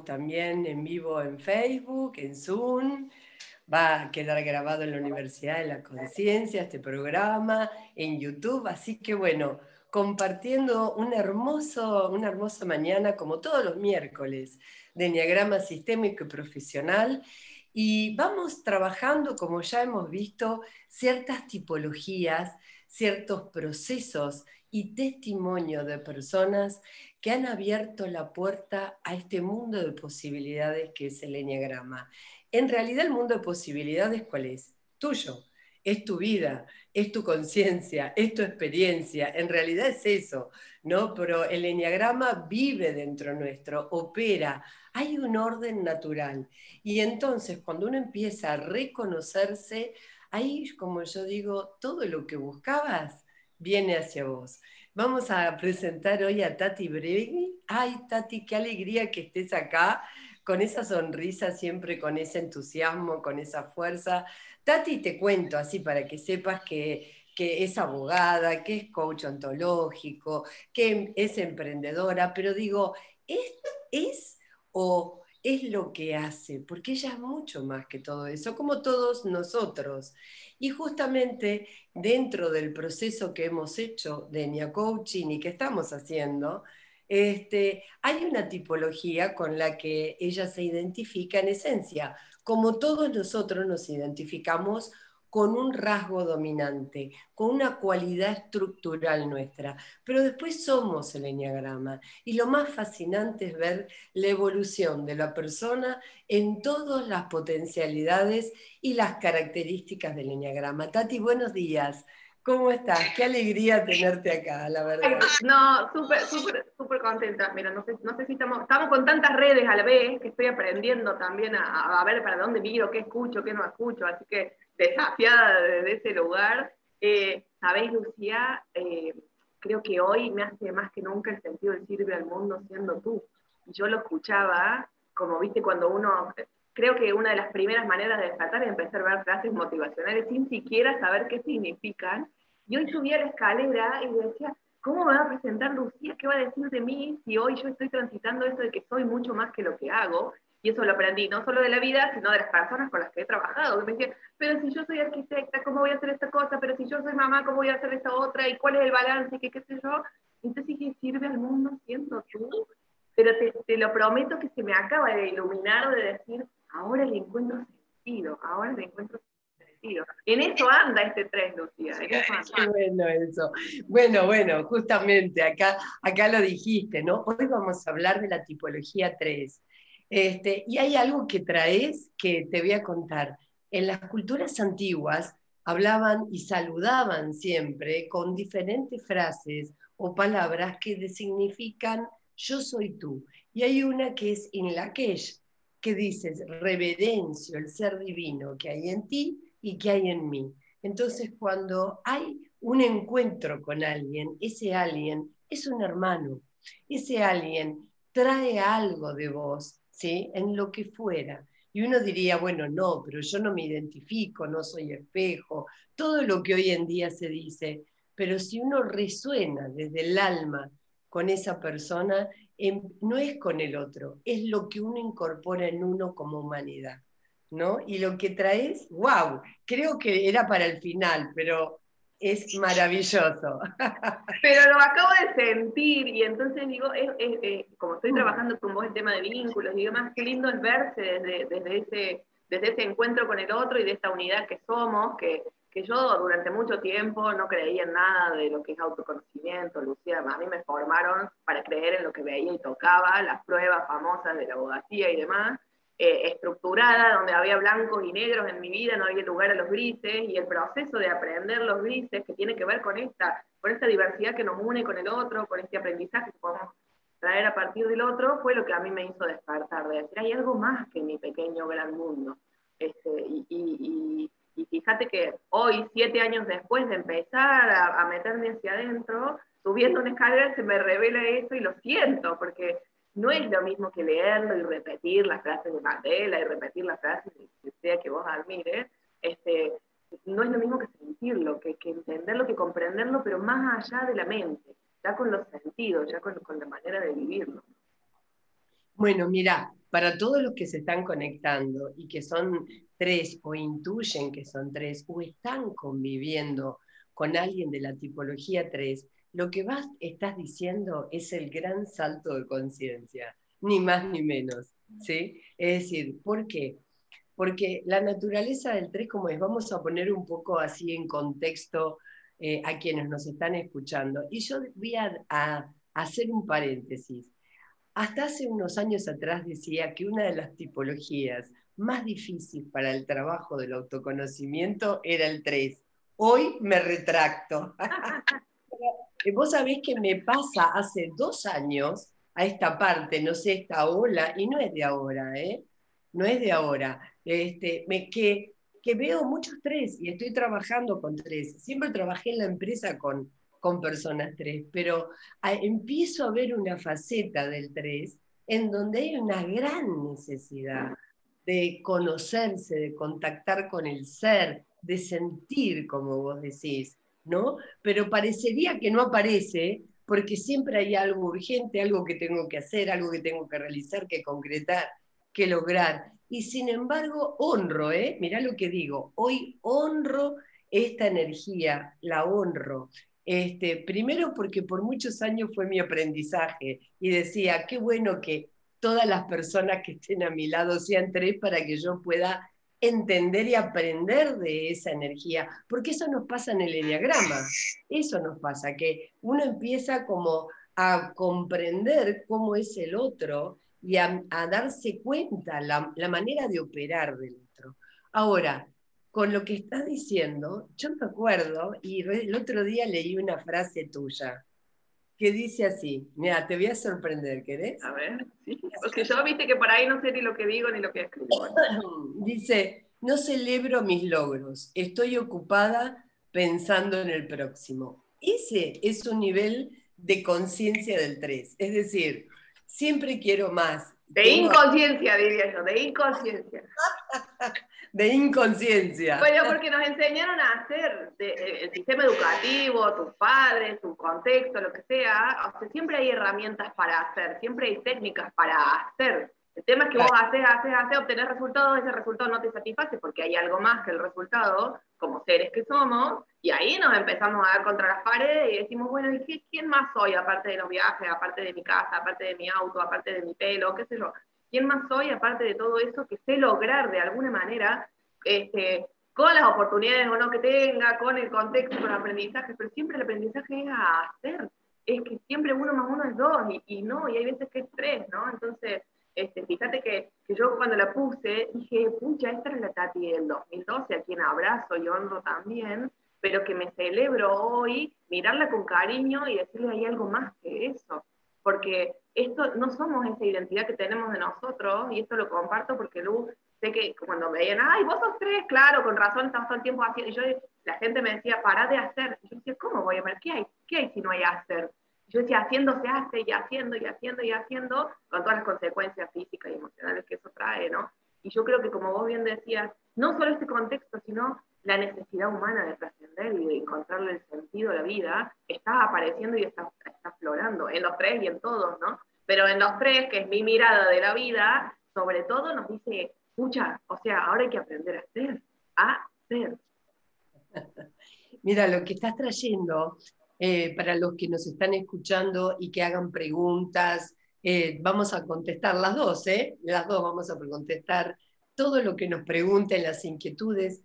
también en vivo en Facebook, en Zoom. Va a quedar grabado en la Universidad de la Conciencia este programa, en YouTube. Así que bueno, compartiendo una hermosa mañana, como todos los miércoles, de Enneagrama Sistémico y Profesional. Y vamos trabajando, como ya hemos visto, ciertas tipologías, ciertos procesos y testimonio de personas que han abierto la puerta a este mundo de posibilidades que es el Enneagrama. En realidad el mundo de posibilidades, ¿cuál es? Tuyo, es tu vida, es tu conciencia, es tu experiencia, en realidad es eso, ¿no? Pero el enneagrama vive dentro nuestro, opera, hay un orden natural. Y entonces cuando uno empieza a reconocerse, ahí, como yo digo, todo lo que buscabas viene hacia vos. Vamos a presentar hoy a Tati Bregui. Ay, Tati, qué alegría que estés acá, con esa sonrisa, siempre con ese entusiasmo, con esa fuerza. Tati, te cuento así para que sepas que es abogada, que es coach ontológico, que es emprendedora, pero digo, ¿es o es lo que hace? Porque ella es mucho más que todo eso, como todos nosotros. Y justamente dentro del proceso que hemos hecho de Enia Coaching y que estamos haciendo, hay una tipología con la que ella se identifica en esencia, como todos nosotros nos identificamos con un rasgo dominante, con una cualidad estructural nuestra, pero después somos el enneagrama. Y lo más fascinante es ver la evolución de la persona en todas las potencialidades y las características del enneagrama. Tati, buenos días. ¿Cómo estás? Qué alegría tenerte acá, la verdad. No, súper contenta. Mira, no sé si estamos con tantas redes a la vez que estoy aprendiendo también a ver para dónde miro, qué escucho, qué no escucho. Así que desafiada de ese lugar. Sabéis, Lucía, creo que hoy me hace más que nunca el sentido del sirve al mundo siendo tú. Y yo lo escuchaba, como viste, cuando uno. Creo que una de las primeras maneras de despertar es empezar a ver frases motivacionales sin siquiera saber qué significan. Y hoy subí a la escalera y decía, ¿cómo me va a presentar Lucía? ¿Qué va a decir de mí si hoy yo estoy transitando eso de que soy mucho más que lo que hago? Y eso lo aprendí no solo de la vida, sino de las personas con las que he trabajado. Que me decían, pero si yo soy arquitecta, ¿cómo voy a hacer esta cosa? Pero si yo soy mamá, ¿cómo voy a hacer esta otra? ¿Y cuál es el balance? ¿Qué sé yo? Entonces, ¿qué sirve al mundo siendo tú? Pero te lo prometo que se me acaba de iluminar de decir, ahora le encuentro sentido, ahora le encuentro sentido. En eso anda este tren, Lucía, en eso anda. Qué bueno eso. Bueno, justamente acá lo dijiste, ¿no? Hoy vamos a hablar de la tipología 3. Y hay algo que traes que te voy a contar. En las culturas antiguas hablaban y saludaban siempre con diferentes frases o palabras que significan yo soy tú. Y hay una que es in Lakesh, que dices reverencio el ser divino que hay en ti y que hay en mí. Entonces, cuando hay un encuentro con alguien, ese alguien es un hermano, ese alguien trae algo de vos, ¿sí? En lo que fuera. Y uno diría, bueno, no, pero yo no me identifico, no soy espejo, todo lo que hoy en día se dice, pero si uno resuena desde el alma con esa persona, no es con el otro, es lo que uno incorpora en uno como humanidad, ¿no? Y lo que traes, wow, creo que era para el final, pero es maravilloso. Pero lo acabo de sentir y entonces digo, como estoy trabajando con vos el tema de vínculos y demás, qué lindo es verse desde ese encuentro con el otro y de esta unidad que somos, que yo durante mucho tiempo no creía en nada de lo que es autoconocimiento, Lucía, a mí me formaron para creer en lo que veía y tocaba, las pruebas famosas de la abogacía y demás, estructurada, donde había blancos y negros en mi vida, no había lugar a los grises, y el proceso de aprender los grises, que tiene que ver con esta diversidad que nos une con el otro, con este aprendizaje que podemos traer a partir del otro, fue lo que a mí me hizo despertar, de decir, hay algo más que mi pequeño gran mundo. Y fíjate que hoy, 7 años después de empezar a meterme hacia adentro, subiendo una escalera se me revela eso y lo siento, porque no es lo mismo que leerlo y repetir las frases de Mandela y repetir las frases de que sea que vos admires, no es lo mismo que sentirlo, que entenderlo, que comprenderlo, pero más allá de la mente, ya con los sentidos, ya con la manera de vivirlo. Bueno, mira, para todos los que se están conectando y que son 3 o intuyen que son 3 o están conviviendo con alguien de la tipología 3, lo que estás diciendo es el gran salto de conciencia, ni más ni menos, ¿sí? Es decir, ¿por qué? Porque la naturaleza del 3, como es, vamos a poner un poco así en contexto a quienes nos están escuchando. Y yo voy a hacer un paréntesis. Hasta hace unos años atrás decía que una de las tipologías más difíciles para el trabajo del autoconocimiento era el 3. Hoy me retracto. Vos sabés que me pasa hace 2 años a esta parte, no sé, esta ola, y no es de ahora, ¿eh? No es de ahora. Que veo muchos 3 y estoy trabajando con 3. Siempre trabajé en la empresa con personas 3, pero empiezo a ver una faceta del 3 en donde hay una gran necesidad de conocerse, de contactar con el ser, de sentir, como vos decís, ¿no? Pero parecería que no aparece porque siempre hay algo urgente, algo que tengo que hacer, algo que tengo que realizar, que concretar, que lograr. Y sin embargo, honro, mirá lo que digo, hoy honro esta energía, la honro. Primero porque por muchos años fue mi aprendizaje y decía, qué bueno que todas las personas que estén a mi lado sean 3 para que yo pueda entender y aprender de esa energía, porque eso nos pasa en el enneagrama, eso nos pasa, que uno empieza como a comprender cómo es el otro y a darse cuenta la manera de operar del otro. Ahora, con lo que estás diciendo, yo me acuerdo, y el otro día leí una frase tuya, que dice así, mira, te voy a sorprender, ¿querés? A ver, sí, porque yo viste que por ahí no sé ni lo que digo ni lo que escribo. Dice, no celebro mis logros, estoy ocupada pensando en el próximo. Ese es un nivel de conciencia del 3, es decir, siempre quiero más. De inconsciencia, diría yo, de inconsciencia. De inconsciencia. Pero porque nos enseñaron a hacer el sistema educativo, tus padres, tu contexto, lo que sea, o sea, siempre hay herramientas para hacer, siempre hay técnicas para hacer. El tema es que vos haces, obtenés resultados, ese resultado no te satisface porque hay algo más que el resultado, como seres que somos, y ahí nos empezamos a dar contra las paredes y decimos, bueno, ¿quién más soy aparte de los viajes, aparte de mi casa, aparte de mi auto, aparte de mi pelo, qué sé yo? ¿Quién más soy aparte de todo eso que sé lograr de alguna manera con las oportunidades o no que tenga, con el contexto, con el aprendizaje, pero siempre el aprendizaje es a hacer, es que siempre 1 más 1 es 2, y no, y hay veces que es 3, ¿no? Entonces, fíjate que yo cuando la puse, dije, pucha, esta era la Tati del 2012, a quien abrazo y honro también, pero que me celebro hoy, mirarla con cariño y decirle, hay algo más que eso, porque esto no somos esa identidad que tenemos de nosotros, y esto lo comparto porque Lu, sé que cuando me veían, ay, vos sos 3, claro, con razón, estamos todo el tiempo haciendo, y yo, la gente me decía, pará de hacer, y yo decía, ¿cómo voy a ver? ¿Qué hay si no hay hacer? Y yo decía, haciendo se hace, y haciendo, y haciendo, y haciendo, con todas las consecuencias físicas y emocionales que eso trae, ¿no? Y yo creo que, como vos bien decías, no solo este contexto, sino la necesidad humana de trascender y de encontrarle el sentido a la vida, está apareciendo y está aflorando, en los 3 y en todos, ¿no? Pero en los 3, que es mi mirada de la vida, sobre todo nos dice, pucha, o sea, ahora hay que aprender a hacer, a hacer. Mira, lo que estás trayendo, para los que nos están escuchando y que hagan preguntas, vamos a contestar las dos, las dos vamos a contestar todo lo que nos pregunten, las inquietudes,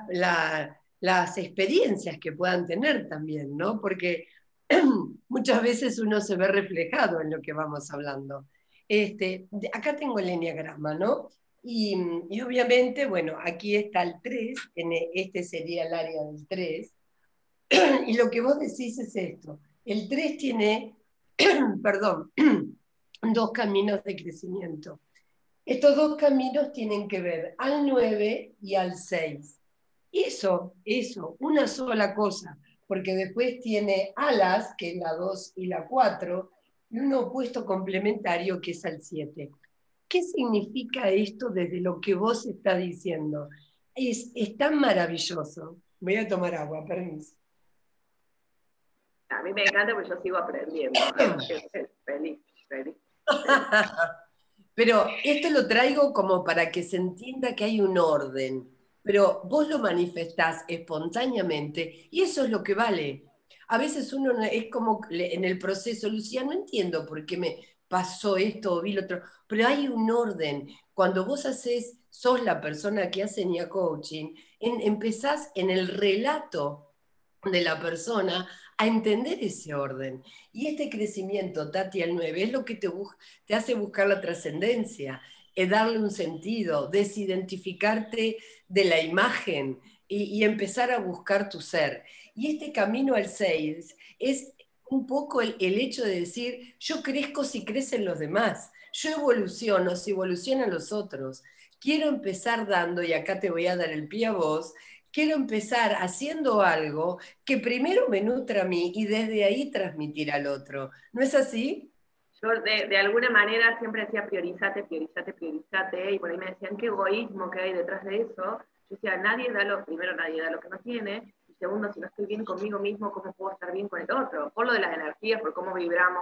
las experiencias que puedan tener también, ¿no? Porque muchas veces uno se ve reflejado en lo que vamos hablando. Acá tengo el enneagrama, ¿no? Y obviamente, bueno, aquí está el 3, este sería el área del 3, y lo que vos decís es esto. El 3 tiene, perdón, 2 caminos de crecimiento. Estos 2 caminos tienen que ver al 9 y al 6. Eso, una sola cosa, porque después tiene alas, que es la 2 y la 4, y un opuesto complementario que es al 7. ¿Qué significa esto desde lo que vos estás diciendo? Es tan maravilloso. Voy a tomar agua, permiso. A mí me encanta porque yo sigo aprendiendo. Feliz, feliz. Pero esto lo traigo como para que se entienda que hay un orden, pero vos lo manifestás espontáneamente y eso es lo que vale. A veces uno es como en el proceso, Lucía, no entiendo por qué me pasó esto o vi lo otro, pero hay un orden. Cuando vos haces, sos la persona que hace NIA Coaching, empezás en el relato de la persona a entender ese orden. Y este crecimiento, Tati, al 9, es lo que te hace buscar la trascendencia, es darle un sentido, desidentificarte de la imagen y empezar a buscar tu ser. Y este camino al 6 es un poco el hecho de decir, yo crezco si crecen los demás, yo evoluciono si evolucionan los otros. Quiero empezar dando, y acá te voy a dar el pie a vos, quiero empezar haciendo algo que primero me nutra a mí y desde ahí transmitir al otro. ¿No es así? Yo de alguna manera siempre decía priorizate, priorizate, priorizate, y por ahí me decían qué egoísmo que hay detrás de eso. Yo decía, primero nadie da lo que no tiene, y segundo, si no estoy bien conmigo mismo, ¿cómo puedo estar bien con el otro? Por lo de las energías, por cómo vibramos,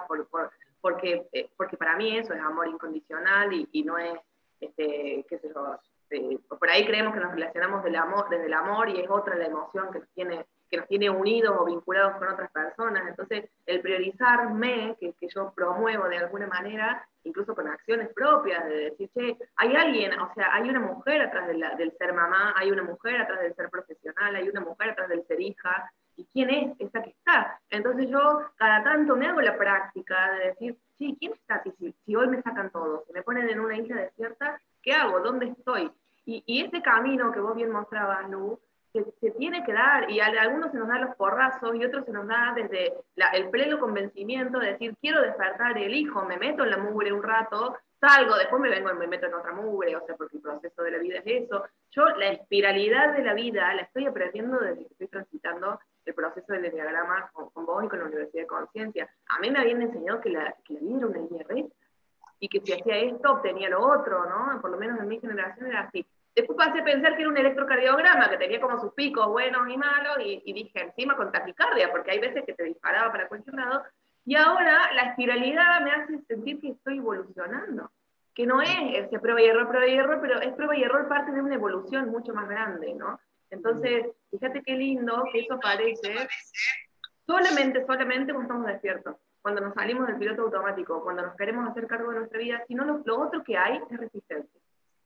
porque para mí eso es amor incondicional y no es, qué sé yo, por ahí creemos que nos relacionamos desde el amor y es otra la emoción que nos tiene unidos o vinculados con otras personas. Entonces, el priorizarme, que yo promuevo de alguna manera, incluso con acciones propias, de decir, che, hay alguien, o sea, hay una mujer atrás del ser mamá, hay una mujer atrás del ser profesional, hay una mujer atrás del ser hija, ¿y quién es esa que está? Entonces yo cada tanto me hago la práctica de decir, sí, ¿quién está aquí? Si hoy me sacan todos, si me ponen en una isla desierta, ¿qué hago? ¿Dónde estoy? Y ese camino que vos bien mostrabas, Lu, se tiene que dar, y a algunos se nos dan los porrazos y otros se nos da desde el pleno convencimiento de decir, quiero despertar, elijo, me meto en la mugre un rato, salgo, después me vengo y me meto en otra mugre, o sea, porque el proceso de la vida es eso. Yo la espiralidad de la vida la estoy aprendiendo desde que estoy transitando el proceso del enneagrama con vos y con la Universidad de Conciencia. A mí me habían enseñado que la vida era una línea recta, y que si hacía esto obtenía lo otro, ¿no? Por lo menos en mi generación era así. Después pasé a pensar que era un electrocardiograma, que tenía como sus picos buenos y malos, y dije, encima con taquicardia, porque hay veces que te disparaba para cualquier lado, y ahora la espiralidad me hace sentir que estoy evolucionando, que no es ese prueba y error, pero es prueba y error parte de una evolución mucho más grande, ¿no? Entonces, fíjate qué lindo que eso aparece solamente cuando estamos despiertos, cuando nos salimos del piloto automático, cuando nos queremos hacer cargo de nuestra vida, sino lo otro que hay es resistencia.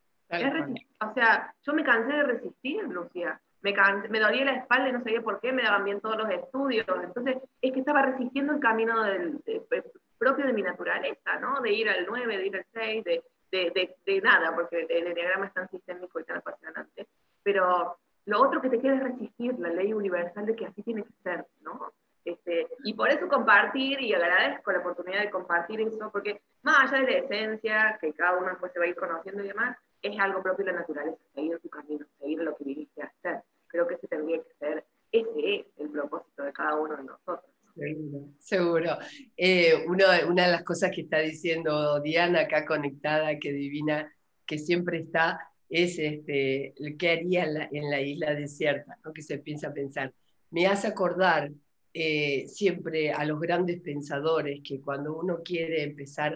O sea, yo me cansé de resistir, Lucía. Me dolía la espalda y no sabía por qué, me daban bien todos los estudios. Entonces, es que estaba resistiendo el camino propio de mi naturaleza, ¿no? De ir al 9, de ir al 6, de nada, porque el enneagrama es tan sistémico y tan apasionante. Pero lo otro que te queda es resistir la ley universal de que así tiene que ser, ¿no? Y por eso compartir, y agradezco la oportunidad de compartir eso, porque más allá de la esencia, que cada uno después se va a ir conociendo y demás, es algo propio de la naturaleza, seguir tu camino, seguir lo que viniste a hacer. Creo que ese tendría que ser, ese es el propósito de cada uno de nosotros. Seguro, seguro. Una de las cosas que está diciendo Diana acá conectada, que divina, que siempre está, es qué haría en la isla desierta, ¿no? Que se piensa a pensar. Me hace acordar siempre a los grandes pensadores que cuando uno quiere empezar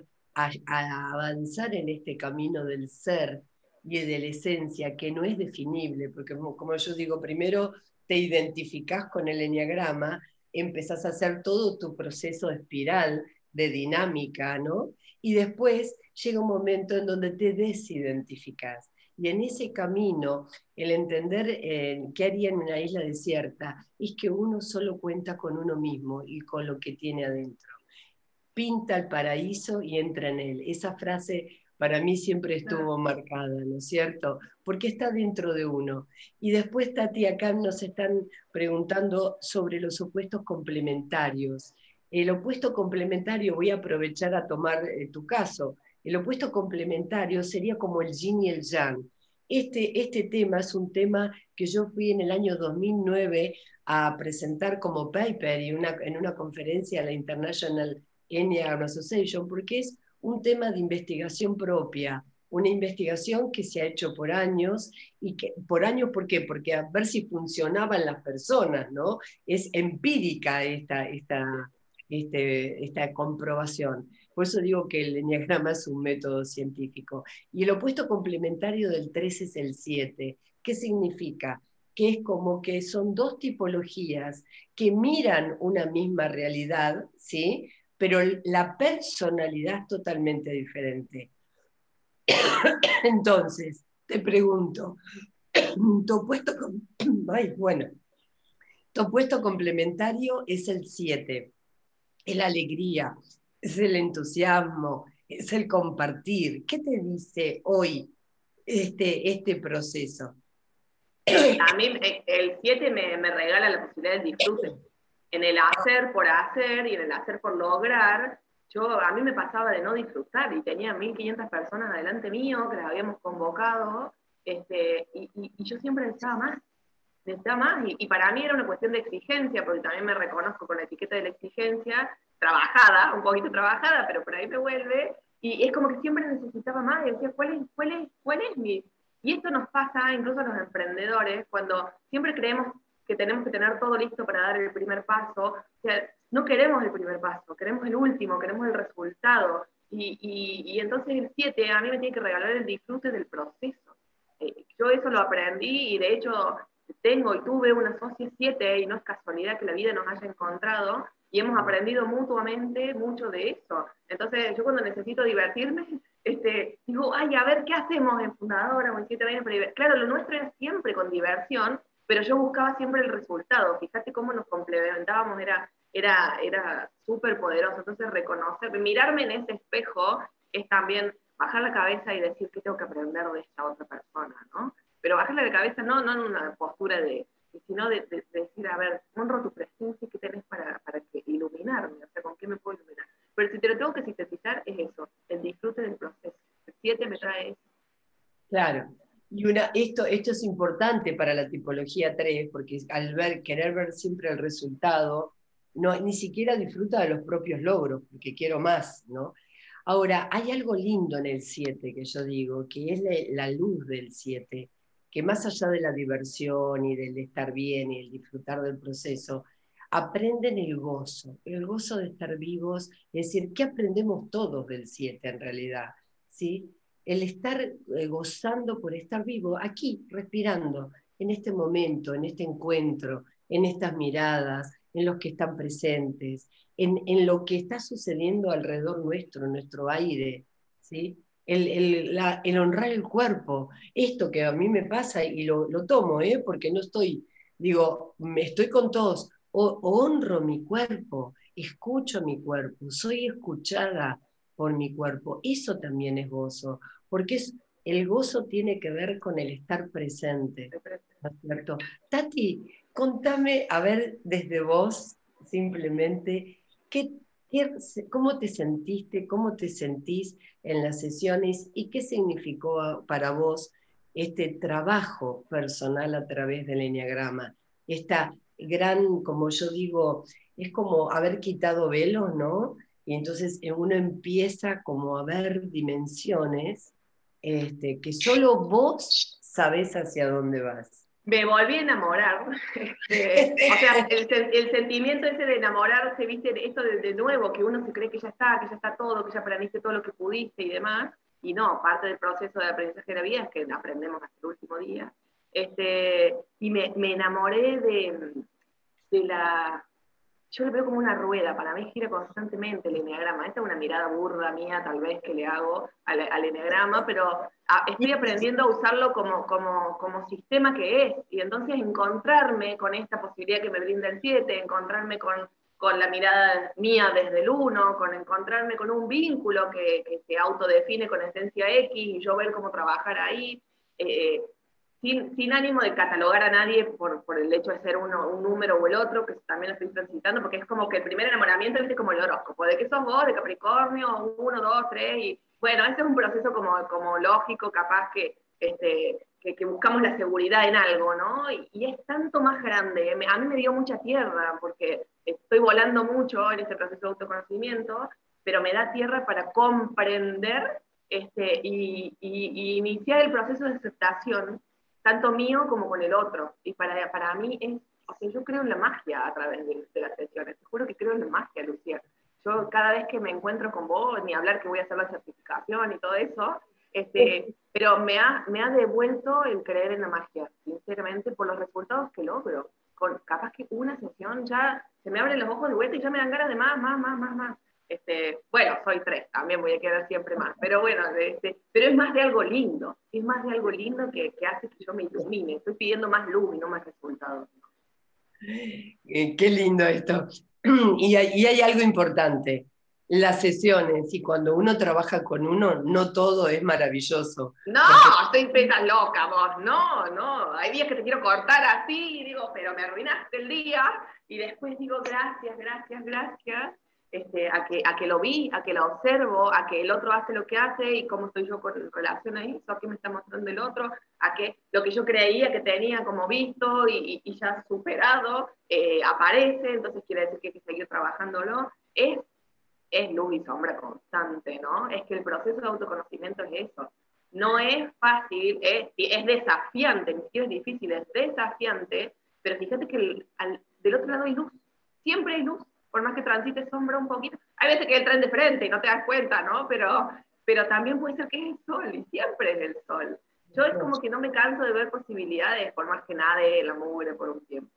a avanzar en este camino del ser y de la esencia, que no es definible, porque como yo digo, primero te identificás con el enneagrama, empezás a hacer todo tu proceso de espiral, de dinámica, ¿no? Y después llega un momento en donde te desidentificás. Y en ese camino, el entender qué haría en una isla desierta es que uno solo cuenta con uno mismo y con lo que tiene adentro. Pinta el paraíso y entra en él. Esa frase para mí siempre estuvo marcada, ¿no es cierto? Porque está dentro de uno. Y después, Tati, acá nos están preguntando sobre los opuestos complementarios. El opuesto complementario, voy a aprovechar a tomar tu caso, el opuesto complementario sería como el yin y el yang. Este tema es un tema que yo fui en el año 2009 a presentar como paper en una conferencia a la International Enneagram Association, porque es un tema de investigación propia, una investigación que se ha hecho por años, y que por años, ¿por qué? Porque a ver si funcionaban las personas, ¿no? Es empírica esta comprobación. Por eso digo que el eneagrama es un método científico. Y el opuesto complementario del 3 es el 7. ¿Qué significa? Que es como que son dos tipologías que miran una misma realidad, ¿sí? Pero la personalidad es totalmente diferente. Entonces, te pregunto, tu opuesto, ay, bueno, tu opuesto complementario es el 7, es la alegría, es el entusiasmo, es el compartir. ¿Qué te dice hoy este proceso? A mí el 7 me regala la posibilidad del disfrute. En el hacer por hacer y en el hacer por lograr, a mí me pasaba de no disfrutar y tenía 1.500 personas delante mío que las habíamos convocado, y yo siempre necesitaba más, y para mí era una cuestión de exigencia, porque también me reconozco con la etiqueta de la exigencia, trabajada, un poquito trabajada, pero por ahí me vuelve, y es como que siempre necesitaba más, y decía, ¿cuál es mi...? Y esto nos pasa incluso a los emprendedores, cuando siempre creemos que tenemos que tener todo listo para dar el primer paso, o sea, no queremos el primer paso, queremos el último, queremos el resultado, y entonces el 7 a mí me tiene que regalar el disfrute del proceso. Yo eso lo aprendí y de hecho tengo y tuve una socia 7 y no es casualidad que la vida nos haya encontrado y hemos aprendido mutuamente mucho de eso. Entonces yo cuando necesito divertirme, digo, ay, a ver, ¿qué hacemos en Fundadora o en 7 años para divertir? Claro, lo nuestro era siempre con diversión, pero yo buscaba siempre el resultado. Fíjate cómo nos complementábamos, era súper poderoso. Entonces reconocer, mirarme en ese espejo es también bajar la cabeza y decir qué tengo que aprender de esta otra persona, ¿no? Pero bajarle la cabeza no en una postura sino de decir, a ver, honro tu presencia y qué tenés para que iluminarme, o sea, con qué me puedo iluminar. Pero si te lo tengo que sintetizar, es eso, el disfrute del proceso. El 7 me trae eso. Claro. Y esto es importante para la tipología 3, porque querer ver siempre el resultado, no, ni siquiera disfruta de los propios logros, porque quiero más, ¿no? Ahora, hay algo lindo en el 7 que yo digo, que es la luz del 7, que más allá de la diversión y del estar bien y el disfrutar del proceso, aprenden el gozo de estar vivos, es decir, ¿qué aprendemos todos del 7 en realidad? ¿Sí? El estar gozando por estar vivo, aquí, respirando, en este momento, en este encuentro, en estas miradas, en los que están presentes, en lo que está sucediendo alrededor nuestro, en nuestro aire, ¿sí? El honrar el cuerpo, esto que a mí me pasa y lo tomo, porque no estoy, digo, me estoy con todos, honro mi cuerpo, escucho mi cuerpo, soy escuchada por mi cuerpo, eso también es gozo, porque el gozo tiene que ver con el estar presente, ¿no es cierto? Tati, contame, a ver, desde vos, simplemente, ¿qué, cómo te sentiste, cómo te sentís en las sesiones y qué significó para vos este trabajo personal a través del eneagrama? Esta gran, como yo digo, es como haber quitado velos, ¿no? Y entonces uno empieza como a ver dimensiones que solo vos sabés hacia dónde vas. Me volví a enamorar. O sea, el sentimiento ese de enamorarse, viste, esto de nuevo, que uno se cree que ya está todo, que ya aprendiste todo lo que pudiste y demás, y no, parte del proceso de aprendizaje de la vida es que aprendemos hasta el último día. Y me enamoré de la, yo lo veo como una rueda, para mí gira constantemente el eneagrama. Esta es una mirada burda mía, tal vez, que le hago al eneagrama, pero estoy aprendiendo a usarlo como sistema que es, y entonces encontrarme con esta posibilidad que me brinda el 7, encontrarme con la mirada mía desde el 1, con encontrarme con un vínculo que se autodefine con esencia X, y yo ver cómo trabajar ahí, sin ánimo de catalogar a nadie por el hecho de ser un número o el otro, que también lo estoy transitando, porque es como que el primer enamoramiento es como el horóscopo, de que sos vos, de Capricornio, 1, 2, 3, y bueno, ese es un proceso como lógico, capaz que buscamos la seguridad en algo, ¿no? Y es tanto más grande, a mí me dio mucha tierra, porque estoy volando mucho en este proceso de autoconocimiento, pero me da tierra para comprender y iniciar el proceso de aceptación tanto mío como con el otro. Y para mí es, o sea, yo creo en la magia a través de las sesiones. Te juro que creo creo en la magia, Lucía. Yo cada vez que me encuentro con vos, ni hablar que voy a hacer la certificación y todo eso, pero me ha devuelto el creer en la magia, sinceramente, por los resultados que logro. Capaz que una sesión ya se me abren los ojos de vuelta y ya me dan ganas de más. Bueno, soy 3, también voy a quedar siempre más, pero bueno, pero es más de algo lindo, es más de algo lindo que hace que yo me ilumine, estoy pidiendo más luz y no más resultados. Qué lindo esto. Y hay algo importante, las sesiones, y cuando uno trabaja con uno, no todo es maravilloso. No, Porque estoy peta loca vos, no, hay días que te quiero cortar así y digo, pero me arruinaste el día, y después digo, gracias, a que lo vi, a que lo observo, a que el otro hace lo que hace y cómo estoy yo con relación a eso, a qué me está mostrando el otro, a que lo que yo creía que tenía como visto y ya superado, aparece, entonces quiere decir que hay que seguir trabajándolo. Es luz y sombra constante, ¿no? Es que el proceso de autoconocimiento es eso. No es fácil, es desafiante, ni siquiera es difícil, es desafiante, pero fíjate que del otro lado hay luz, siempre hay luz, por más que transites sombra un poquito. Hay veces que el tren de frente y no te das cuenta, ¿no? Pero también puede ser que es el sol, y siempre es el sol. Yo es como que no me canso de ver posibilidades, por más que nade la mugre por un tiempo.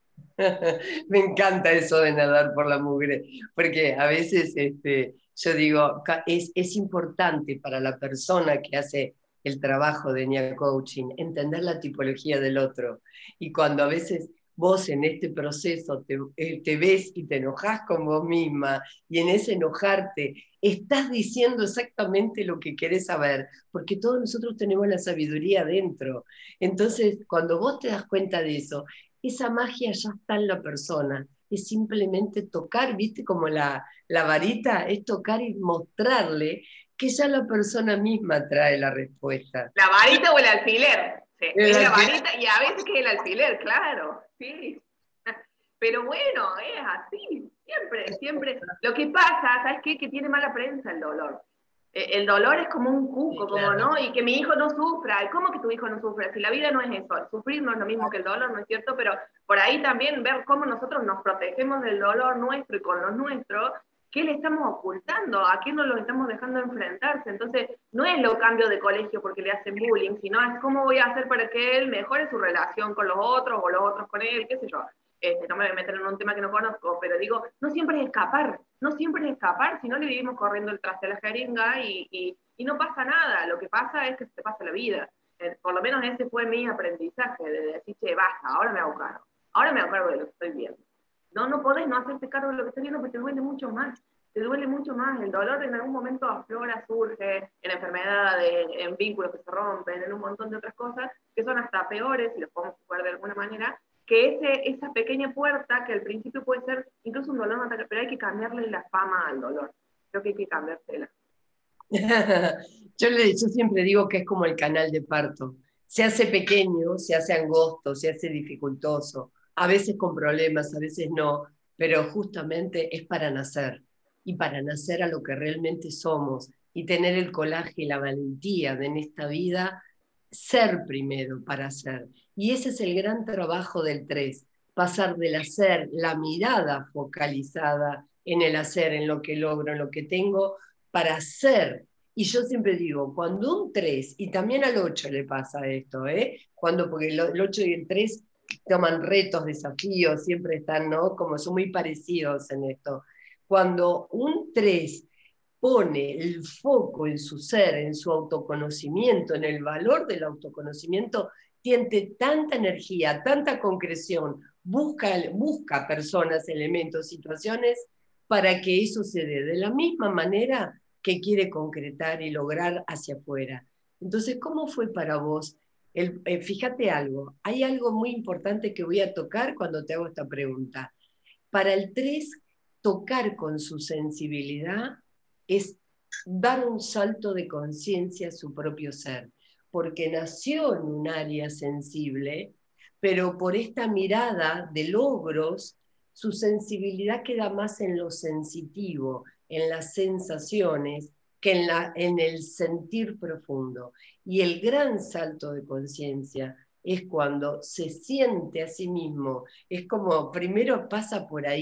me encanta eso de nadar por la mugre, porque a veces yo digo, es importante para la persona que hace el trabajo de NIA Coaching entender la tipología del otro. Y cuando a veces vos en este proceso te ves y te enojás con vos misma, y en ese enojarte estás diciendo exactamente lo que querés saber, porque todos nosotros tenemos la sabiduría dentro. Entonces, cuando vos te das cuenta de eso, esa magia ya está en la persona. Es simplemente tocar, ¿viste? Como la varita, es tocar y mostrarle que ya la persona misma trae la respuesta. ¿La varita o el alfiler? Sí, El es la alfiler. varita y a veces que es el alfiler, claro, sí. Pero bueno, es así, siempre. Lo que pasa, ¿sabes qué? Que tiene mala prensa el dolor. El dolor es como un cuco, Sí, como claro. no, y que mi hijo no sufra. ¿Cómo que tu hijo no sufra? Si la vida no es eso, el sufrir no es lo mismo que el dolor, ¿no es cierto? Pero por ahí también ver cómo nosotros nos protegemos del dolor nuestro y con los nuestros, qué le estamos ocultando, a qué nos lo estamos dejando enfrentarse. Entonces, no es lo cambio de colegio porque le hacen bullying, sino es cómo voy a hacer para que él mejore su relación con los otros o los otros con él, qué sé yo. No me voy a meter en un tema que no conozco, pero digo, no siempre es escapar, si no le vivimos corriendo detrás de la jeringa y no pasa nada, lo que pasa es que se te pasa la vida. Por lo menos ese fue mi aprendizaje, de decir, che, basta, ahora me hago cargo de lo que estoy viendo. No podés no hacerte cargo de lo que estás viendo porque te duele mucho más, el dolor en algún momento aflora, surge, en enfermedades, en vínculos que se rompen, en un montón de otras cosas que son hasta peores, si los podemos jugar de alguna manera, que esa pequeña puerta que al principio puede ser incluso un dolor, pero hay que cambiarle la fama al dolor. Creo que hay que cambiársela. Yo siempre digo que es como el canal de parto. Se hace pequeño, se hace angosto, se hace dificultoso, a veces con problemas, a veces no, pero justamente es para nacer, y para nacer a lo que realmente somos, y tener el coraje y la valentía de en esta vida ser primero para ser. Y ese es el gran trabajo del 3, pasar del hacer, la mirada focalizada en el hacer, en lo que logro, en lo que tengo, para ser. Y yo siempre digo, cuando un 3, y también al 8 le pasa esto, porque el 8 y el 3 toman retos, desafíos, siempre están, ¿no? Como son muy parecidos en esto. Cuando un 3 pone el foco en su ser, en su autoconocimiento, en el valor del autoconocimiento, tiene tanta energía, tanta concreción, busca personas, elementos, situaciones para que eso se dé de la misma manera que quiere concretar y lograr hacia afuera. Entonces, ¿cómo fue para vos? Fíjate algo, hay algo muy importante que voy a tocar cuando te hago esta pregunta. Para el 3, tocar con su sensibilidad es dar un salto de conciencia a su propio ser, porque nació en un área sensible, pero por esta mirada de logros, su sensibilidad queda más en lo sensitivo, en las sensaciones, que en el sentir profundo. Y el gran salto de conciencia es cuando se siente a sí mismo. Es como, primero pasa por ahí,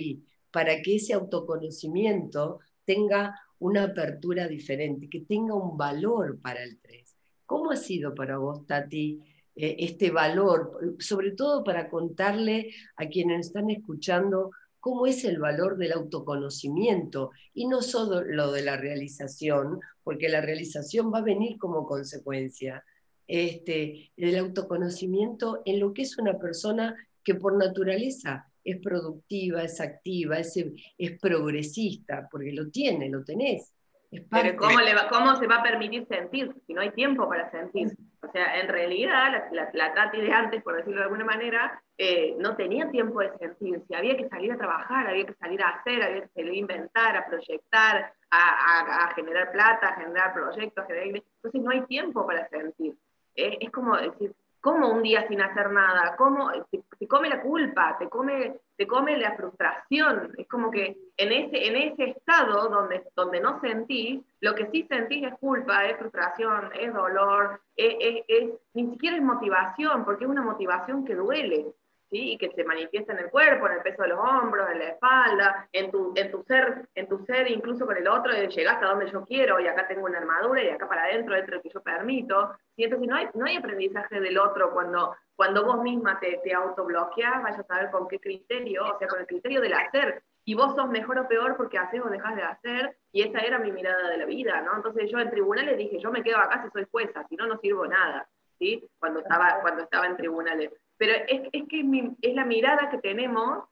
para que ese autoconocimiento tenga una apertura diferente, que tenga un valor para el 3. ¿Cómo ha sido para vos, Tati, este valor, sobre todo para contarle a quienes están escuchando cómo es el valor del autoconocimiento y no solo lo de la realización, porque la realización va a venir como consecuencia, del autoconocimiento en lo que es una persona que por naturaleza es productiva, es activa, es progresista, porque lo tiene, lo tenés. Es Pero parte. ¿cómo se va a permitir sentir si no hay tiempo para sentir? O sea, en realidad, la Tati de antes, por decirlo de alguna manera, no tenía tiempo de sentir. Si había que salir a trabajar, había que salir a hacer, había que salir a inventar, a proyectar, a generar plata, a generar proyectos. Entonces no hay tiempo para sentir. Es como decir, ¿cómo un día sin hacer nada? ¿Cómo te come la culpa? Te come la frustración? Es como que en ese estado donde no sentís, lo que sí sentís es culpa, es frustración, es dolor, ni siquiera es motivación, porque es una motivación que duele, ¿sí? Y que se manifiesta en el cuerpo, en el peso de los hombros, en la espalda, en tu ser incluso con el otro, de llegar hasta donde yo quiero, y acá tengo una armadura, y acá para adentro, dentro de lo que yo permito. ¿Sí? Entonces no hay aprendizaje del otro cuando vos misma te autobloqueás, vayas a saber con qué criterio, o sea, con el criterio del hacer, y vos sos mejor o peor porque haces o dejás de hacer, y esa era mi mirada de la vida, ¿no? Entonces yo en tribunales dije, yo me quedo acá si soy jueza, si no, no sirvo nada, ¿sí? Cuando estaba en tribunales. Pero es que es la mirada que tenemos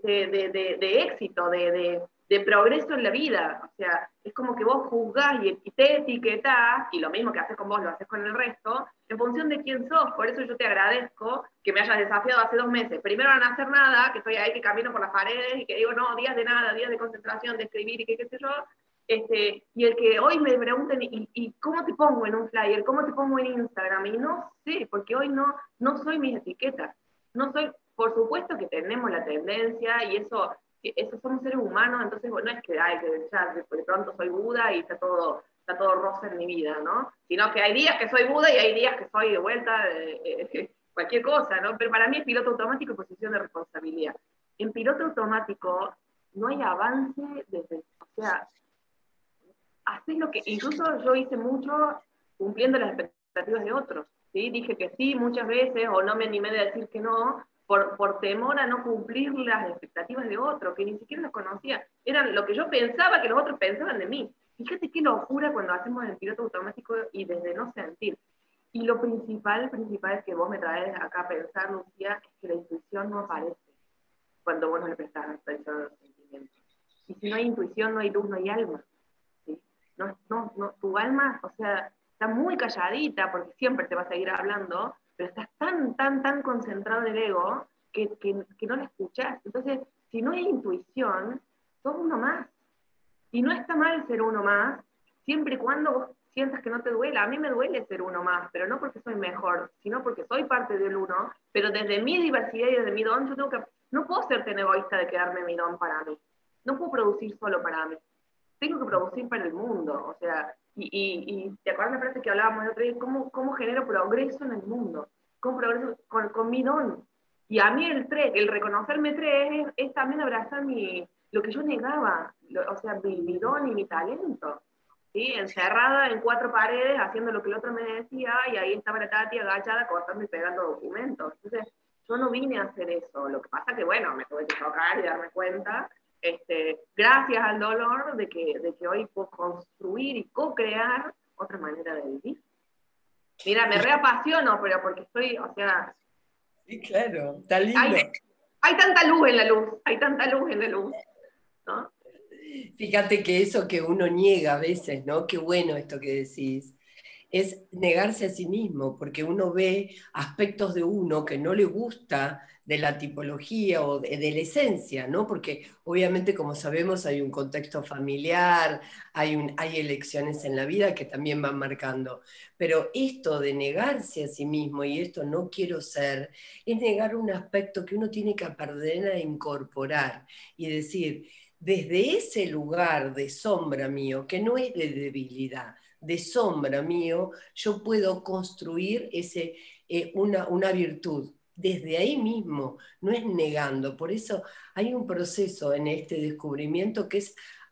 de éxito, de progreso en la vida. O sea, es como que vos juzgás y te etiquetás, y lo mismo que haces con vos lo haces con el resto, en función de quién sos. Por eso yo te agradezco que me hayas desafiado hace 2 meses. Primero a no hacer nada, que estoy ahí, que camino por las paredes y que digo, no, días de nada, días de concentración, de escribir y qué sé yo. Y el que hoy me pregunten, ¿y cómo te pongo en un flyer? ¿Cómo te pongo en Instagram? Y no sé, porque hoy no soy mis etiquetas. No soy, por supuesto que tenemos la tendencia y eso somos seres humanos, entonces no es que, ay, que ya de pronto soy Buda y está todo rosa en mi vida, ¿no? Sino que hay días que soy Buda y hay días que soy de vuelta, cualquier cosa, ¿no? Pero para mí es piloto automático y posición de responsabilidad. En piloto automático no hay avance desde, o sea, haces lo que, incluso yo hice mucho cumpliendo las expectativas de otros, ¿sí? Dije que sí muchas veces, o no me animé a decir que no, por temor a no cumplir las expectativas de otros, que ni siquiera los conocía, eran lo que yo pensaba que los otros pensaban de mí. Fíjate qué locura cuando hacemos el piloto automático y desde no sentir. Y lo principal que vos me traes acá a pensar, Lucía, es que la intuición no aparece cuando vos no le prestás atención a los sentimientos. Y si no hay intuición, no hay luz, no hay alma. ¿Sí? Tu alma, o sea, está muy calladita porque siempre te va a seguir hablando, pero estás tan concentrado en el ego que no la escuchás. Entonces, si no hay intuición, sos uno más. Y no está mal ser uno más, siempre y cuando vos sientas que no te duela. A mí me duele ser uno más, pero no porque soy mejor, sino porque soy parte del uno, pero desde mi diversidad y desde mi don, no puedo ser tan egoísta de quedarme mi don para mí. No puedo producir solo para mí. Tengo que producir para el mundo. O sea, y te acuerdas la frase que hablábamos el otro día, ¿cómo genero progreso en el mundo? ¿Cómo progreso con mi don? Y a mí el reconocerme 3 es también abrazar lo que yo negaba, o sea, mi don y mi talento. ¿Sí? Encerrada en 4 paredes, haciendo lo que el otro me decía, y ahí estaba la Tati agachada cortando y pegando documentos. Entonces, yo no vine a hacer eso. Lo que pasa que, bueno, me tuve que tocar y darme cuenta, gracias al dolor de que hoy puedo construir y co-crear otra manera de vivir. Mira, me reapasiono, pero porque estoy, o sea... Sí, claro, está lindo. Hay tanta luz en la luz, hay tanta luz en la luz, ¿no? Fíjate que eso que uno niega a veces, ¿no? Qué bueno esto que decís. Es negarse a sí mismo, porque uno ve aspectos de uno que no le gusta de la tipología o de la esencia, ¿no? Porque obviamente, como sabemos, hay un contexto familiar, hay elecciones en la vida que también van marcando. Pero esto de negarse a sí mismo y esto no quiero ser, es negar un aspecto que uno tiene que aprender a incorporar y decir, desde ese lugar de sombra mío, que no es de debilidad, de sombra mío, yo puedo construir una virtud. desde ahí mismo, no es negando. Por eso hay un proceso en este descubrimiento que es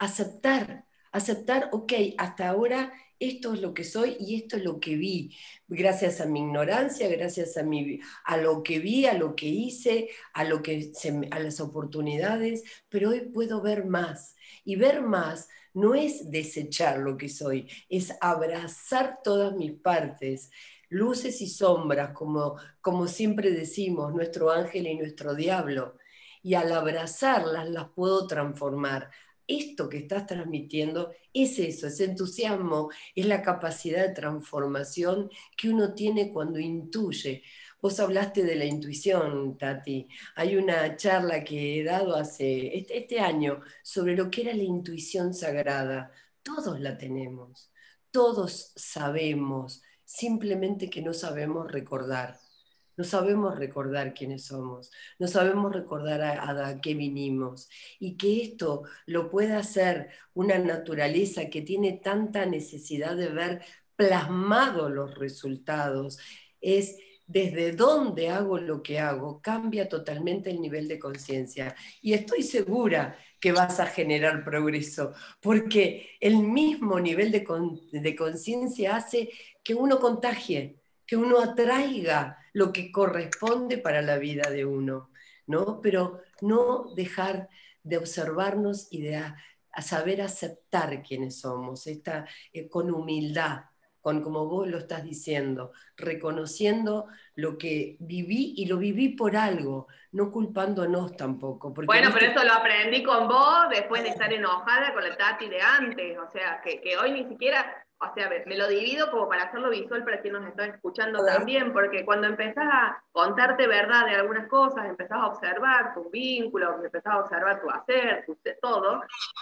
aceptar, ok, hasta ahora esto es lo que soy y esto es lo que vi, gracias a mi ignorancia, gracias a lo que vi, a lo que hice, a las oportunidades, pero hoy puedo ver más. Y ver más no es desechar lo que soy, es abrazar todas mis partes, luces y sombras, como siempre decimos, nuestro ángel y nuestro diablo. Y al abrazarlas las puedo transformar. Esto que estás transmitiendo es eso, es entusiasmo, es la capacidad de transformación que uno tiene cuando intuye. Vos hablaste de la intuición, Tati. Hay una charla que he dado este año sobre lo que era la intuición sagrada. Todos la tenemos, todos sabemos, simplemente que no sabemos recordar. No sabemos recordar quiénes somos, no sabemos recordar a qué vinimos. Y que esto lo pueda hacer una naturaleza que tiene tanta necesidad de ver plasmados los resultados, es desde dónde hago lo que hago, cambia totalmente el nivel de conciencia. Y estoy segura que vas a generar progreso, porque el mismo nivel de conciencia hace que uno contagie, que uno atraiga lo que corresponde para la vida de uno, ¿no? Pero no dejar de observarnos y de a saber aceptar quiénes somos, con humildad, con como vos lo estás diciendo, reconociendo lo que viví y lo viví por algo, no culpándonos tampoco, porque Bueno, pero viste. eso lo aprendí con vos después de estar enojada con la Tati de antes, o sea, que hoy ni siquiera, o sea, me lo divido como para hacerlo visual para quien nos está escuchando también, porque cuando empezás a contarte verdad de algunas cosas, empezás a observar tus vínculos, empezás a observar tu hacer, todo,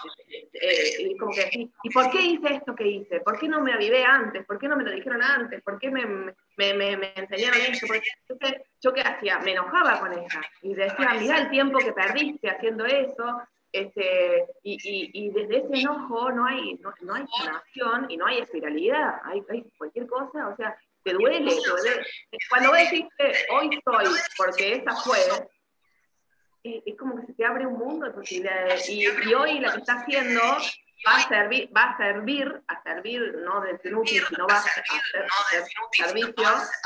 y como que decís, ¿y por qué hice esto que hice? ¿Por qué no me avivé antes? ¿Por qué no me lo dijeron antes? ¿Por qué me enseñaron esto? Entonces, ¿yo qué hacía? Me enojaba con ella y decía, mirá el tiempo que perdiste haciendo eso, y desde ese enojo no hay sanación y no hay espiralidad, hay cualquier cosa, o sea, te duele, te duele. Cuando vos decís que hoy soy porque esa fue, es como que se te abre un mundo de posibilidades. Y hoy la que está haciendo a servir, no de inútil, sino va a hacer servicio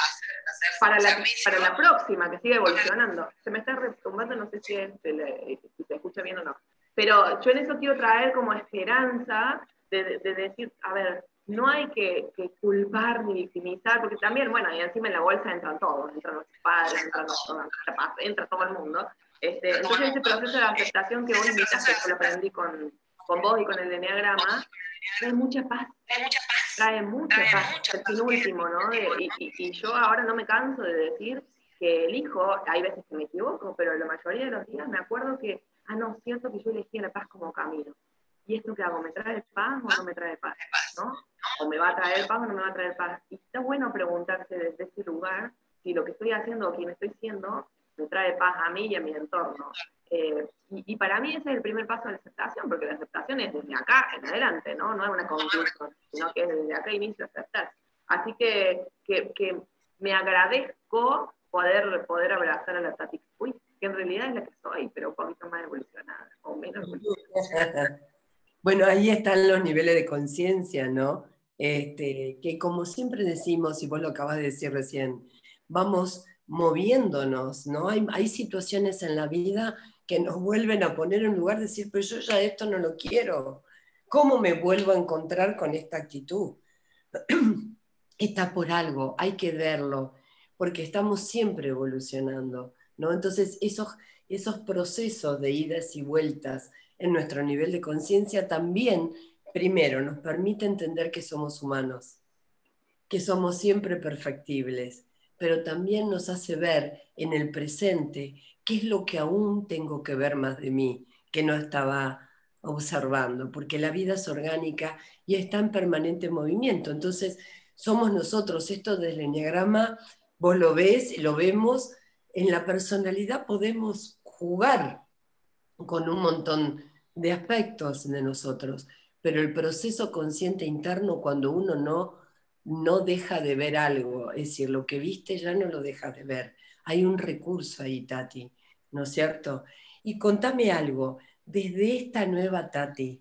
para la próxima, que sigue evolucionando. Se me está retumbando, no sé si se escucha bien o no. Pero yo en eso quiero traer como esperanza de decir, a ver, no hay que culpar ni victimizar, porque también, bueno, y encima en la bolsa entran todos, entran los padres, entra todo el mundo. Entonces ese proceso de aceptación que vos invitaste, que lo aprendí con vos y con el enneagrama, trae mucha paz, trae mucha paz, el fin último, ¿no? Y yo ahora no me canso de decir que elijo, hay veces que me equivoco, pero la mayoría de los días me acuerdo que, no, siento que yo elegí la paz como camino. ¿Y esto qué hago? ¿Me trae paz o no me trae paz? ¿No? ¿O me va a traer paz o no me va a traer paz? Y está bueno preguntarse desde ese lugar si lo que estoy haciendo o quien estoy siendo me trae paz a mí y a mi entorno. Y para mí ese es el primer paso de la aceptación, porque la aceptación es desde acá en adelante, ¿no? No es una conclusión, sino que es desde acá inicio a aceptar. Así que me agradezco poder abrazar a la Tati Uy, que en realidad es la que soy, pero un poquito más evolucionada, o menos evolucionada. Bueno, ahí están los niveles de conciencia, ¿no? Que como siempre decimos, y vos lo acabas de decir recién, vamos moviéndonos, ¿no? Hay situaciones en la vida que nos vuelven a poner en lugar de decir, pero yo ya esto no lo quiero. ¿Cómo me vuelvo a encontrar con esta actitud? Está por algo, hay que verlo, porque estamos siempre evolucionando, ¿no? Entonces, esos procesos de idas y vueltas en nuestro nivel de conciencia también, primero, nos permite entender que somos humanos, que somos siempre perfectibles, pero también nos hace ver en el presente qué es lo que aún tengo que ver más de mí, que no estaba observando, porque la vida es orgánica y está en permanente movimiento. Entonces, somos nosotros, esto del enneagrama, vos lo ves, lo vemos, en la personalidad podemos jugar con un montón de aspectos de nosotros, pero el proceso consciente interno cuando uno no deja de ver algo, es decir, lo que viste ya no lo dejas de ver, hay un recurso ahí, Tati, ¿no es cierto? Y contame algo, desde esta nueva Tati,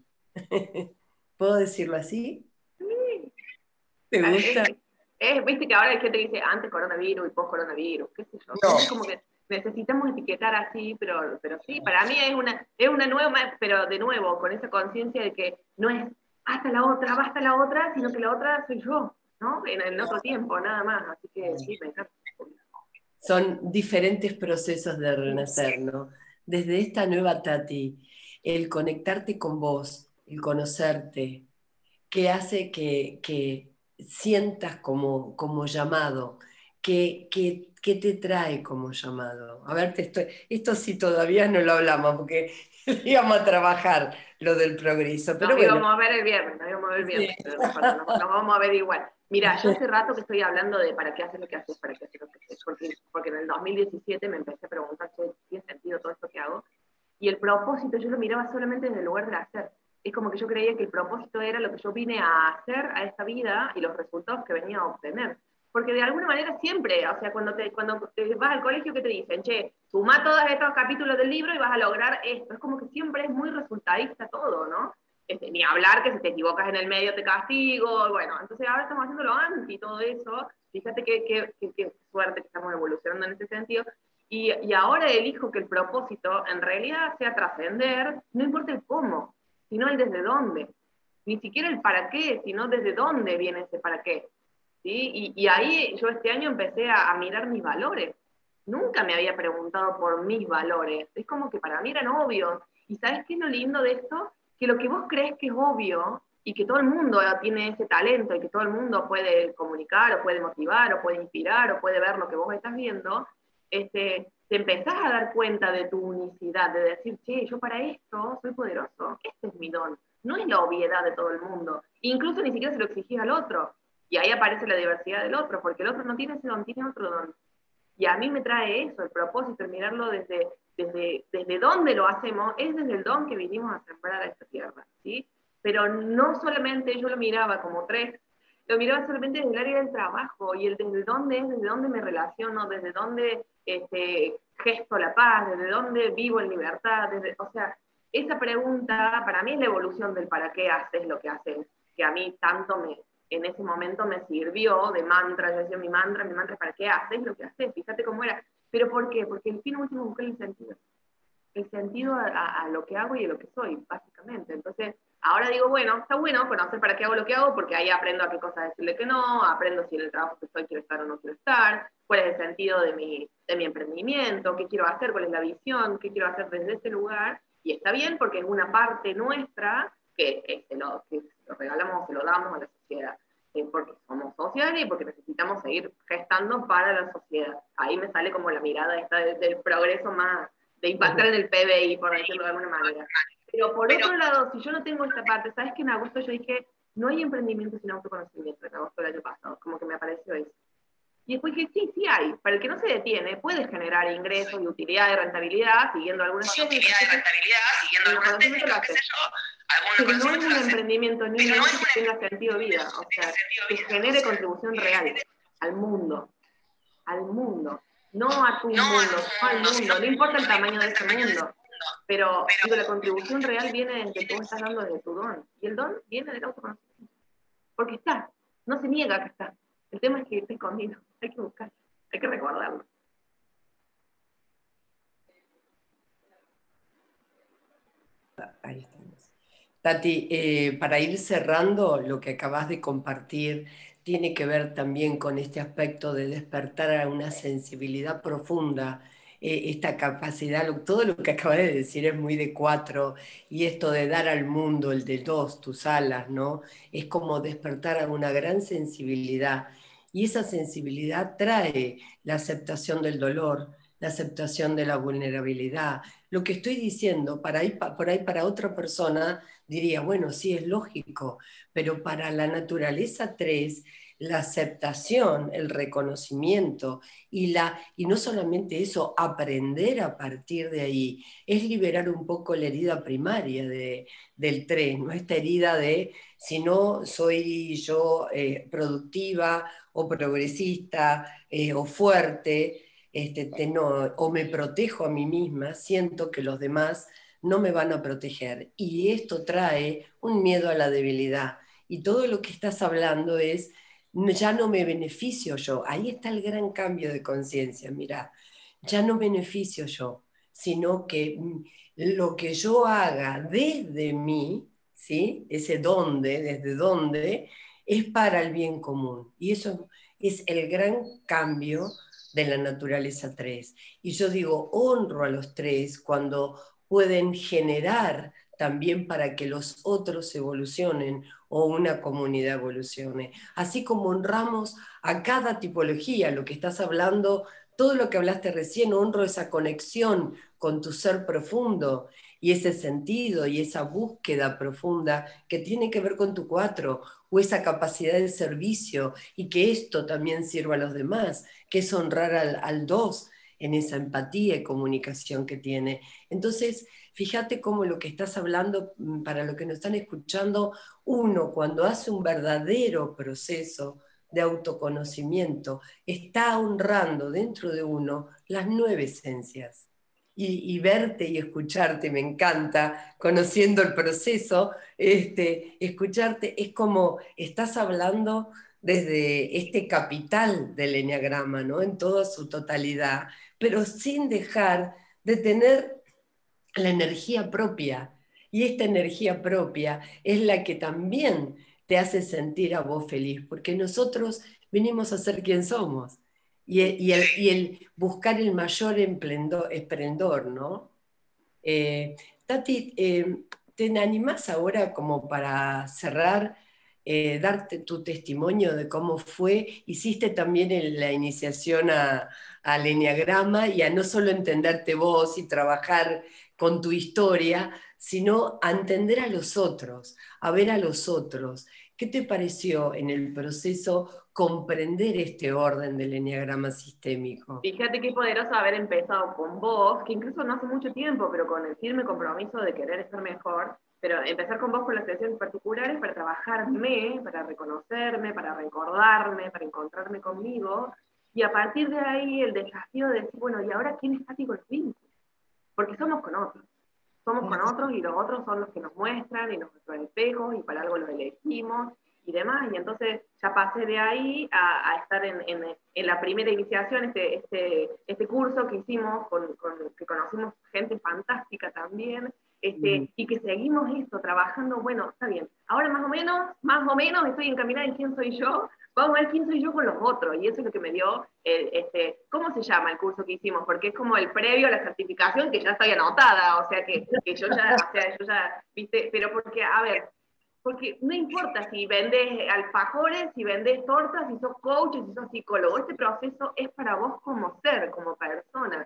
¿puedo decirlo así? Sí. ¿Te gusta? Viste que ahora hay gente que dice antes coronavirus y post coronavirus, qué sé yo. No. Siempre es como que necesitamos etiquetar así, pero sí, para mí es una nueva, pero de nuevo, con esa conciencia de que no es basta la otra, sino que la otra soy yo, ¿no? En otro tiempo, nada más. Así que sí, me encanta. Son diferentes procesos de renacer, ¿no? Desde esta nueva Tati, el conectarte con vos, el conocerte, que hace que sientas como llamado, que te trae como llamado. A ver, esto sí todavía no lo hablamos porque íbamos a trabajar lo del progreso, pero Nos bueno. íbamos a ver el viernes, nos íbamos a ver el Sí. viernes, pero no importa, nos vamos a ver igual. Mira, yo hace rato que estoy hablando de para qué haces lo que haces, para qué haces lo que haces, porque en el 2017 me empecé a preguntar si tiene sentido todo esto que hago, y el propósito yo lo miraba solamente desde el lugar del hacer. Es como que yo creía que el propósito era lo que yo vine a hacer a esta vida y los resultados que venía a obtener. Porque de alguna manera siempre, o sea, cuando te vas al colegio que te dicen, che, suma todos estos capítulos del libro y vas a lograr esto. Es como que siempre es muy resultadista todo, ¿no? Ni hablar que si te equivocas en el medio te castigo, bueno, entonces ahora estamos haciendo lo anti todo eso, fíjate qué suerte que estamos evolucionando en ese sentido, y ahora elijo que el propósito en realidad sea trascender, no importa el cómo, sino el desde dónde, ni siquiera el para qué, sino desde dónde viene ese para qué, ¿sí? Y ahí yo este año empecé a mirar mis valores, nunca me había preguntado por mis valores, es como que para mí eran obvios, y ¿sabes qué es lo lindo de esto? Que lo que vos crees que es obvio y que todo el mundo tiene ese talento y que todo el mundo puede comunicar o puede motivar o puede inspirar o puede ver lo que vos estás viendo, te empezás a dar cuenta de tu unicidad, de decir, che, yo para esto soy poderoso, este es mi don, no es la obviedad de todo el mundo, incluso ni siquiera se lo exigís al otro, y ahí aparece la diversidad del otro, porque el otro no tiene ese don, tiene otro don. Y a mí me trae eso, el propósito, el mirarlo desde dónde lo hacemos, es desde el don que vinimos a sembrar a esta tierra, ¿sí? Pero no solamente yo lo miraba como tres, lo miraba solamente desde el área del trabajo, y el desde dónde es, desde dónde me relaciono, desde dónde gesto la paz, desde dónde vivo en libertad, o sea, esa pregunta para mí es la evolución del para qué haces lo que haces, que a mí tanto en ese momento me sirvió de mantra, yo decía mi mantra, ¿para qué haces lo que haces? Fíjate cómo era. ¿Pero por qué? Porque el fin último es buscar el sentido a lo que hago y a lo que soy, básicamente. Entonces, ahora digo, bueno, está bueno conocer para qué hago lo que hago, porque ahí aprendo a qué cosas decirle que no, aprendo si en el trabajo que estoy quiero estar o no quiero estar, cuál es el sentido de mi emprendimiento, qué quiero hacer, cuál es la visión, qué quiero hacer desde ese lugar, y está bien porque es una parte nuestra que se lo regalamos, se lo damos a la sociedad, porque somos sociales y porque necesitamos seguir gestando para la sociedad. Ahí me sale como la mirada esta del progreso más, de impactar en el PBI, por decirlo de alguna manera. Pero por otro lado, si yo no tengo esta parte, ¿sabes que en agosto yo dije, no hay emprendimiento sin autoconocimiento? En agosto del año pasado, como que me apareció eso. Y después dije, sí, sí hay. Para el que no se detiene, puede generar ingresos y utilidad y rentabilidad siguiendo algunas técnicas. Utilidad y rentabilidad siguiendo algunas técnicas, qué sé yo. Pero no es un emprendimiento ni un que tenga sentido de vida, o sea, que genere contribución real al mundo, no a tu mundo, no al mundo, no importa el tamaño de ese mundo, pero digo, la contribución real viene desde que vos estás dando desde tu don, y el don viene del autoconocimiento, porque está, no se niega que está, el tema es que está escondido, hay que buscar, hay que recordarlo. Ahí estamos. Tati, para ir cerrando, lo que acabas de compartir tiene que ver también con este aspecto de despertar a una sensibilidad profunda, esta capacidad, todo lo que acabas de decir es muy de cuatro, y esto de dar al mundo el de dos, tus alas, ¿no? Es como despertar a una gran sensibilidad, y esa sensibilidad trae la aceptación del dolor, la aceptación de la vulnerabilidad. Lo que estoy diciendo, por ahí para otra persona diría, bueno, sí, es lógico, pero para la naturaleza 3 la aceptación, el reconocimiento y no solamente eso, aprender a partir de ahí, es liberar un poco la herida primaria del 3, ¿no? Esta herida de si no soy yo productiva o progresista o fuerte, o me protejo a mí misma, siento que los demás no me van a proteger. Y esto trae un miedo a la debilidad. Y todo lo que estás hablando es, ya no me beneficio yo. Ahí está el gran cambio de conciencia, mira, ya no beneficio yo, sino que lo que yo haga desde mí, ¿sí? Ese dónde, desde dónde, es para el bien común. Y eso es el gran cambio de la naturaleza 3. Y yo digo, honro a los 3 cuando pueden generar también para que los otros evolucionen o una comunidad evolucione. Así como honramos a cada tipología, lo que estás hablando, todo lo que hablaste recién, honro esa conexión con tu ser profundo y ese sentido y esa búsqueda profunda que tiene que ver con tu 4 o esa capacidad de servicio y que esto también sirva a los demás, que es honrar al 2 en esa empatía y comunicación que tiene. Entonces, fíjate cómo lo que estás hablando, para los que nos están escuchando, uno cuando hace un verdadero proceso de autoconocimiento, está honrando dentro de uno las 9 esencias. Y verte y escucharte me encanta, conociendo el proceso, escucharte es como estás hablando desde este capital del eneagrama, ¿no? En toda su totalidad, pero sin dejar de tener la energía propia. Y esta energía propia es la que también te hace sentir a vos feliz, porque nosotros venimos a ser quien somos. Y el buscar el mayor esplendor, ¿no? Tati, ¿te animás ahora como para cerrar, darte tu testimonio de cómo fue? Hiciste también la iniciación al Enneagrama y a no solo entenderte vos y trabajar con tu historia, sino a entender a los otros, a ver a los otros. ¿Qué te pareció en el proceso comprender este orden del Enneagrama sistémico? Fíjate qué poderoso haber empezado con vos, que incluso no hace mucho tiempo, pero con el firme compromiso de querer estar mejor, pero empezar con vos con las sesiones particulares para trabajarme, para reconocerme, para recordarme, para encontrarme conmigo, y a partir de ahí el desafío de decir, bueno, ¿y ahora quién está aquí con los vínculos? Porque somos con otros y los otros son los que nos muestran y nos muestran espejos y para algo los elegimos y demás. Y entonces ya pasé de ahí a estar en la primera iniciación, este curso que hicimos, que conocimos gente fantástica también, y que seguimos esto, trabajando, bueno, está bien, ahora más o menos estoy encaminada en quién soy yo, vamos a ver quién soy yo con los otros, y eso es lo que me dio, ¿cómo se llama el curso que hicimos? Porque es como el previo a la certificación que ya estoy anotada, o sea que yo ya, viste, pero porque, a ver, porque no importa si vendes alfajores, si vendes tortas, si sos coach, si sos psicólogo, este proceso es para vos como ser, como persona,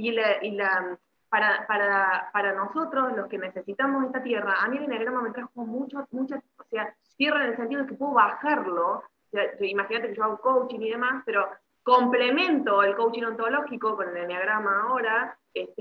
para nosotros, los que necesitamos esta tierra, a mí el eneagrama me trajo mucha, o sea, tierra en el sentido de que puedo bajarlo. O sea, imagínate que yo hago coaching y demás, pero complemento el coaching ontológico con el eneagrama ahora,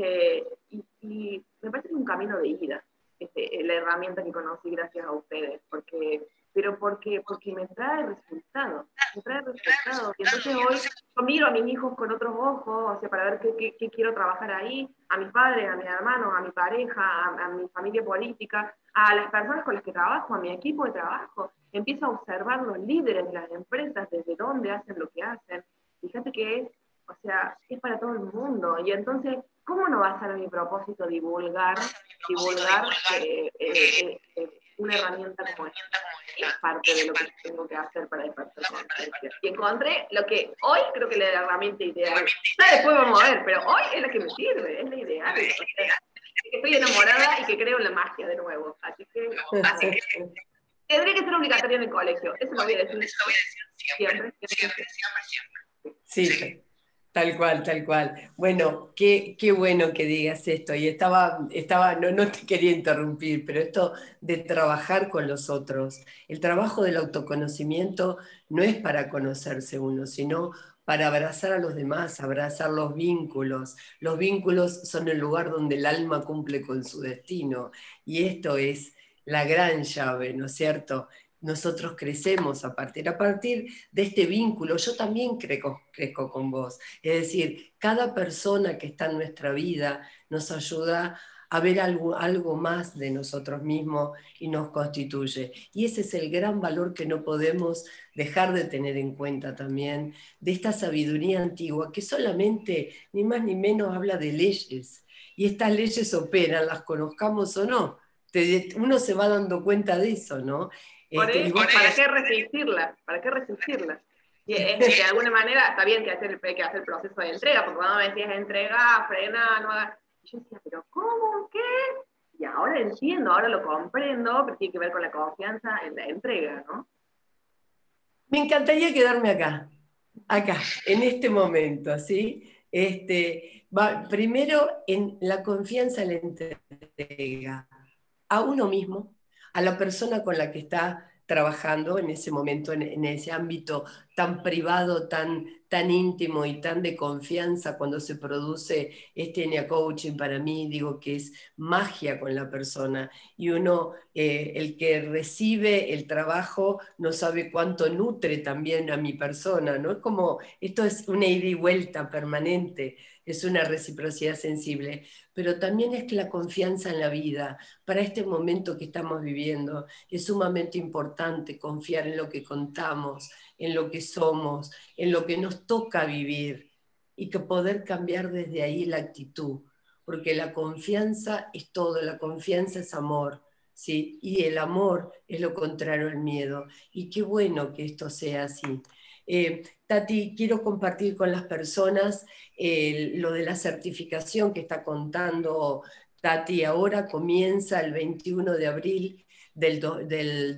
y me parece que es un camino de ida, la herramienta que conocí gracias a ustedes, porque me trae resultados, y entonces hoy yo miro a mis hijos con otros ojos, o sea, para ver qué quiero trabajar ahí, a mis padres, a mis hermanos, a mi pareja, a mi familia política, a las personas con las que trabajo, a mi equipo de trabajo, empiezo a observar los líderes de las empresas, desde dónde hacen lo que hacen, fíjate que es, o sea, es para todo el mundo, y entonces, ¿cómo no va a ser mi propósito divulgar una herramienta como esta? Es parte de lo que tengo que hacer para despertar conciencia. Y encontré lo que hoy creo que es la herramienta ideal. Ya después vamos a ver, pero hoy es la que me sirve, es la ideal. O sea, estoy enamorada y que creo en la magia de nuevo. Así que tendría que ser obligatorio en el colegio. Eso lo voy a decir siempre. Sí, tal cual, tal cual. Bueno, qué bueno que digas esto. Y no te quería interrumpir, pero esto de trabajar con los otros, el trabajo del autoconocimiento no es para conocerse uno, sino para abrazar a los demás, abrazar los vínculos. Los vínculos son el lugar donde el alma cumple con su destino. Y esto es la gran llave, ¿no es cierto? nosotros crecemos a partir de este vínculo. Yo también crezco con vos. Es decir, cada persona que está en nuestra vida nos ayuda a ver algo más de nosotros mismos y nos constituye. Y ese es el gran valor que no podemos dejar de tener en cuenta también, de esta sabiduría antigua, que solamente, ni más ni menos, habla de leyes. Y estas leyes operan, las conozcamos o no. Uno se va dando cuenta de eso, ¿no? Y vos ¿Para qué resistirla? ¿Para qué resistirla? Y de alguna manera está bien que hay que hacer el proceso de entrega, porque cuando me decías entrega, frena, no hagas. Y yo decía, ¿pero cómo? ¿Qué? Y ahora entiendo, ahora lo comprendo, pero tiene que ver con la confianza en la entrega, ¿no? Me encantaría quedarme acá, en este momento, ¿sí? Primero en la confianza en la entrega a uno mismo, a la persona con la que está trabajando en ese momento, en ese ámbito tan privado, tan íntimo y tan de confianza cuando se produce este Enia Coaching. Para mí digo que es magia con la persona, y uno, el que recibe el trabajo, no sabe cuánto nutre también a mi persona, ¿no? Es como, esto es una ida y vuelta permanente, es una reciprocidad sensible, pero también es que la confianza en la vida, para este momento que estamos viviendo, es sumamente importante confiar en lo que contamos, en lo que somos, en lo que nos toca vivir, y que poder cambiar desde ahí la actitud, porque la confianza es todo, la confianza es amor, ¿sí? Y el amor es lo contrario al miedo, y qué bueno que esto sea así. Tati, quiero compartir con las personas lo de la certificación que está contando Tati. Ahora comienza el 21 de abril del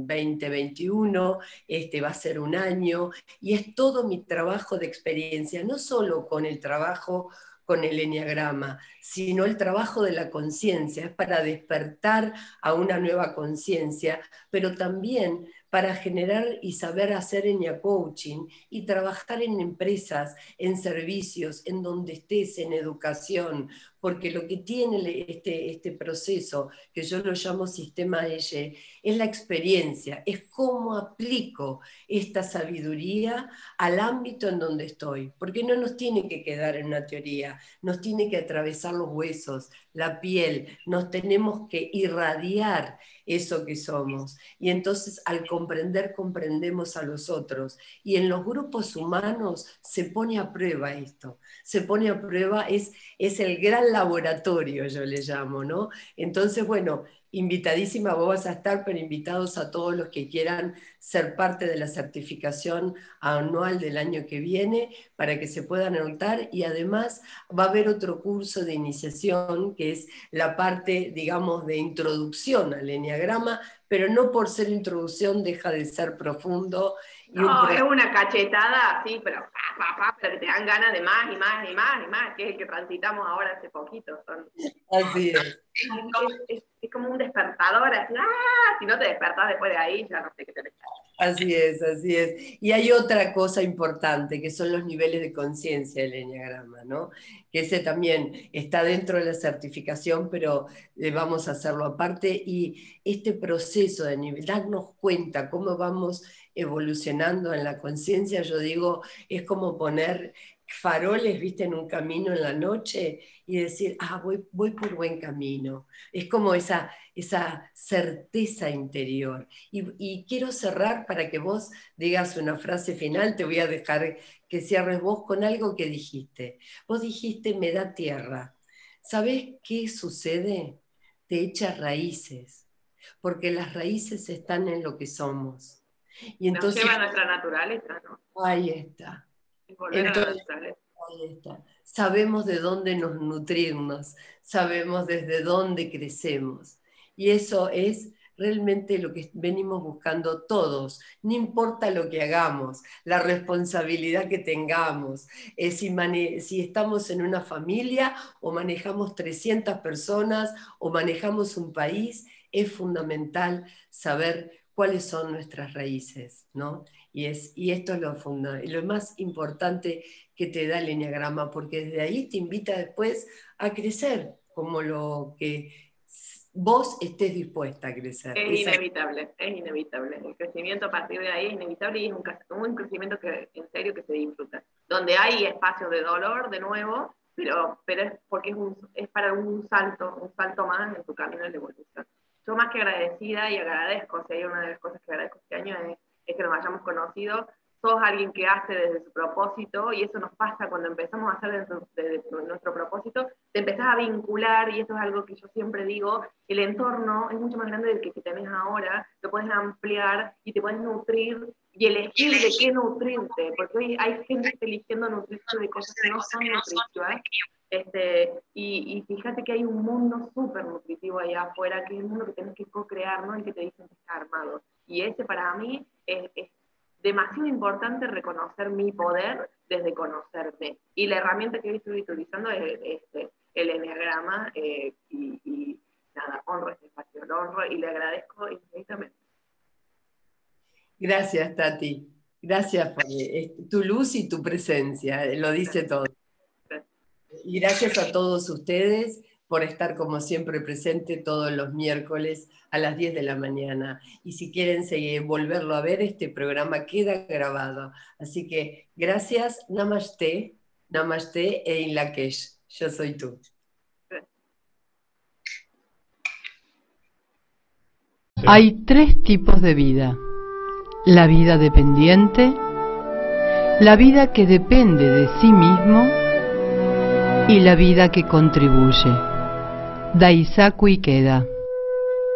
2021, va a ser un año, y es todo mi trabajo de experiencia, no solo con el trabajo con el eneagrama, sino el trabajo de la conciencia, es para despertar a una nueva conciencia, pero también para generar y saber hacer Enia Coaching y trabajar en empresas, en servicios, en donde estés, en educación, porque lo que tiene este proceso, que yo lo llamo sistema EYE, es la experiencia, es cómo aplico esta sabiduría al ámbito en donde estoy, porque no nos tiene que quedar en una teoría, nos tiene que atravesar los huesos, la piel, nos tenemos que irradiar eso que somos. Y entonces al comprender, comprendemos a los otros. Y en los grupos humanos se pone a prueba esto, se pone a prueba, es el gran laboratorio, yo le llamo, ¿no? Entonces, bueno, invitadísima vos vas a estar, pero invitados a todos los que quieran ser parte de la certificación anual del año que viene, para que se puedan anotar. Y además va a haber otro curso de iniciación, que es la parte, digamos, de introducción al eneagrama, pero no por ser introducción deja de ser profundo. No, es una cachetada así, pero que te dan ganas de más y más y más y más, que es el que transitamos ahora hace poquito. Así es. Es como un despertador, así, ¡ah! Si no te despertás después de ahí, ya no sé qué te despertás. Así es, así es. Y hay otra cosa importante, que son los niveles de conciencia del eneagrama, ¿no? Que ese también está dentro de la certificación, pero vamos a hacerlo aparte. Y este proceso de darnos cuenta cómo vamos evolucionando en la conciencia, yo digo, es como poner faroles, viste, en un camino en la noche, y decir, voy por buen camino. Es como esa certeza interior. Y quiero cerrar para que vos digas una frase final. Te voy a dejar que cierres vos con algo que dijiste. Vos dijiste, me da tierra. ¿Sabés qué sucede? Te echa raíces, porque las raíces están en lo que somos. Y Nos entonces, lleva a nuestra naturaleza, ¿no? ahí está. Es volver a la Entonces, naturaleza. ahí está. Sabemos de dónde nos nutrimos, sabemos desde dónde crecemos. Y eso es realmente lo que venimos buscando todos. No importa lo que hagamos, la responsabilidad que tengamos, si estamos en una familia o manejamos 300 personas o manejamos un país, es fundamental saber cuáles son nuestras raíces, ¿no? Y esto es lo más importante que te da el eneagrama, porque desde ahí te invita después a crecer, como lo que vos estés dispuesta a crecer. Es inevitable, es inevitable. El crecimiento a partir de ahí es inevitable y es un crecimiento que en serio que se disfruta. Donde hay espacios de dolor, de nuevo, pero es porque es para un salto más en tu camino de la evolución. Yo más que agradecida y agradezco, si hay una de las cosas que agradezco este año es que nos hayamos conocido. Sos alguien que hace desde su propósito y eso nos pasa cuando empezamos a hacer desde nuestro propósito, te empezás a vincular y esto es algo que yo siempre digo, el entorno es mucho más grande del que tenés ahora, lo puedes ampliar y te puedes nutrir y elegir de qué nutrirte, porque hoy hay gente que está eligiendo nutrirse de cosas que no son nutritivas. Y fíjate que hay un mundo súper nutritivo allá afuera, que es el mundo que tenés que co-crear, ¿no? Y que te dicen que está armado. Y ese para mí es demasiado importante reconocer mi poder desde conocerme. Y la herramienta que estoy utilizando es el enneagrama y nada, honro este espacio, lo honro y le agradezco infinitamente. Gracias, Tati. Gracias por tu luz y tu presencia, lo dice todo. Y gracias a todos ustedes por estar como siempre presente todos los miércoles a las 10 de la mañana. Y si quieren volverlo a ver, este programa queda grabado. Así que gracias, Namaste, Namaste e Inlakesh. Yo soy tú. Hay 3 tipos de vida: la vida dependiente, la vida que depende de sí mismo y la vida que contribuye. Daisaku Ikeda.